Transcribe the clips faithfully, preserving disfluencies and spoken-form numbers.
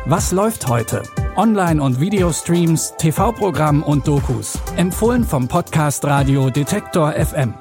Was läuft heute? Online- und Videostreams, T V-Programm und Dokus. Empfohlen vom Podcast Radio Detektor F M.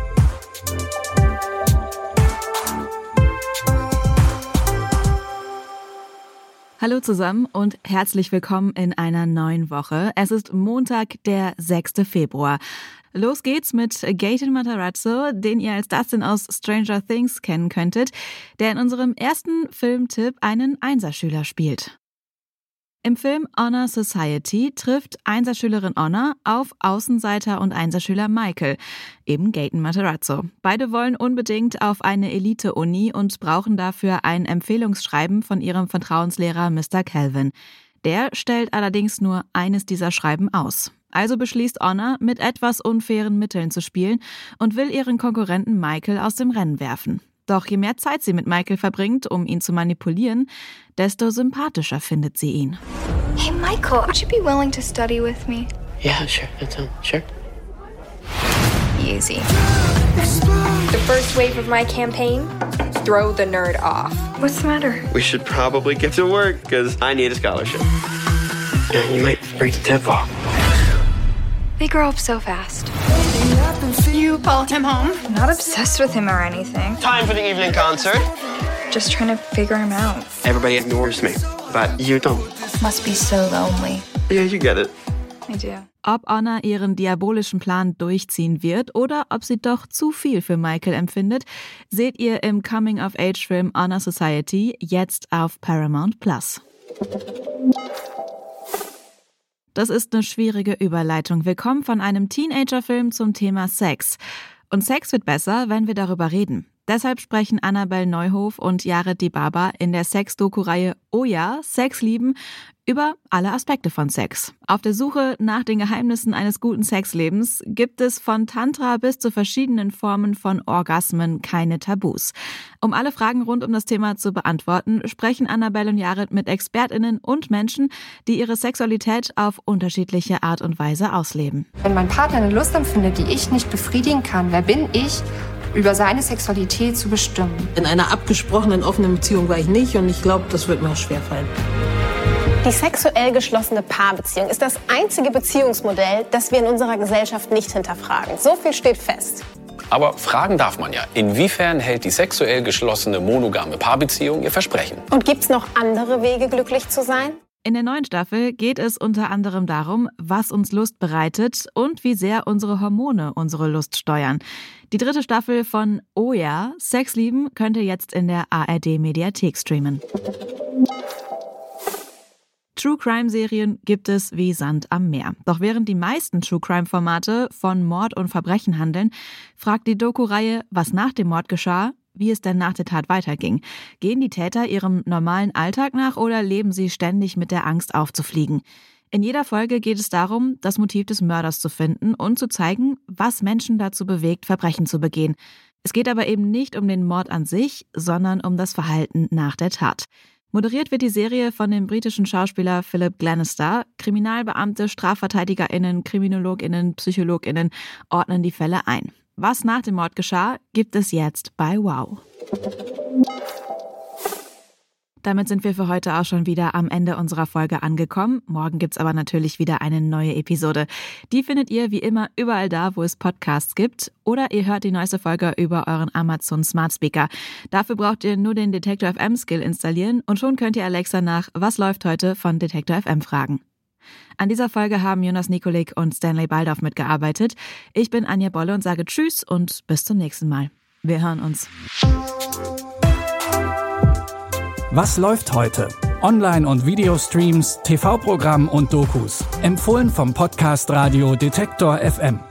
Hallo zusammen und herzlich willkommen in einer neuen Woche. Es ist Montag, der sechster Februar. Los geht's mit Gaten Matarazzo, den ihr als Dustin aus Stranger Things kennen könntet, der in unserem ersten Filmtipp einen Einserschüler spielt. Im Film Honor Society trifft Einserschülerin Honor auf Außenseiter und Einserschüler Michael, eben Gaten Matarazzo. Beide wollen unbedingt auf eine Elite-Uni und brauchen dafür ein Empfehlungsschreiben von ihrem Vertrauenslehrer Mister Calvin. Der stellt allerdings nur eines dieser Schreiben aus. Also beschließt Honor, mit etwas unfairen Mitteln zu spielen und will ihren Konkurrenten Michael aus dem Rennen werfen. Doch je mehr Zeit sie mit Michael verbringt, um ihn zu manipulieren, desto sympathischer findet sie ihn. Hey Michael, would you be willing to study with me? Yeah, sure. That's all. Sure. Easy. The first wave of my campaign, throw the nerd off. What's the matter? We should probably get to work, because I need a scholarship. Yeah, you might break the tip off. They grow up so fast. You followed him home? I'm not obsessed with him or anything. Time for the evening concert. Just trying to figure him out. Everybody ignores me, but you don't. Must be so lonely. Yeah, you get it. I do. Ob Honor ihren diabolischen Plan durchziehen wird oder ob sie doch zu viel für Michael empfindet, seht ihr im Coming-of-Age-Film Honor Society jetzt auf Paramount Plus. Das ist eine schwierige Überleitung. Wir kommen von einem Teenager-Film zum Thema Sex. Und Sex wird besser, wenn wir darüber reden. Deshalb sprechen Annabelle Neuhof und Jared Dibaba in der Sex-Doku-Reihe Oh ja, Sex lieben über alle Aspekte von Sex. Auf der Suche nach den Geheimnissen eines guten Sexlebens gibt es von Tantra bis zu verschiedenen Formen von Orgasmen keine Tabus. Um alle Fragen rund um das Thema zu beantworten, sprechen Annabelle und Jared mit ExpertInnen und Menschen, die ihre Sexualität auf unterschiedliche Art und Weise ausleben. Wenn mein Partner eine Lust empfindet, die ich nicht befriedigen kann, wer bin ich, über seine Sexualität zu bestimmen? In einer abgesprochenen offenen Beziehung war ich nicht und ich glaube, das wird mir auch schwerfallen. Die sexuell geschlossene Paarbeziehung ist das einzige Beziehungsmodell, das wir in unserer Gesellschaft nicht hinterfragen. So viel steht fest. Aber fragen darf man ja. Inwiefern hält die sexuell geschlossene monogame Paarbeziehung ihr Versprechen? Und gibt's noch andere Wege, glücklich zu sein? In der neuen Staffel geht es unter anderem darum, was uns Lust bereitet und wie sehr unsere Hormone unsere Lust steuern. Die dritte Staffel von Oh ja, Sex lieben könnt ihr jetzt in der A R D-Mediathek streamen. True-Crime-Serien gibt es wie Sand am Meer. Doch während die meisten True-Crime-Formate von Mord und Verbrechen handeln, fragt die Doku-Reihe, was nach dem Mord geschah, wie es denn nach der Tat weiterging. Gehen die Täter ihrem normalen Alltag nach oder leben sie ständig mit der Angst aufzufliegen? In jeder Folge geht es darum, das Motiv des Mörders zu finden und zu zeigen, was Menschen dazu bewegt, Verbrechen zu begehen. Es geht aber eben nicht um den Mord an sich, sondern um das Verhalten nach der Tat. Moderiert wird die Serie von dem britischen Schauspieler Philip Glenister. Kriminalbeamte, StrafverteidigerInnen, KriminologInnen, PsychologInnen ordnen die Fälle ein. Was nach dem Mord geschah, gibt es jetzt bei Wow. Damit sind wir für heute auch schon wieder am Ende unserer Folge angekommen. Morgen gibt's aber natürlich wieder eine neue Episode. Die findet ihr wie immer überall da, wo es Podcasts gibt. Oder ihr hört die neueste Folge über euren Amazon Smart Speaker. Dafür braucht ihr nur den Detektor F M Skill installieren und schon könnt ihr Alexa nach Was läuft heute von Detektor F M fragen. An dieser Folge haben Jonas Nikolik und Stanley Baldorf mitgearbeitet. Ich bin Anja Bolle und sage Tschüss und bis zum nächsten Mal. Wir hören uns. Was läuft heute? Online- und Videostreams, T V-Programm und Dokus. Empfohlen vom Podcast Radio Detektor F M.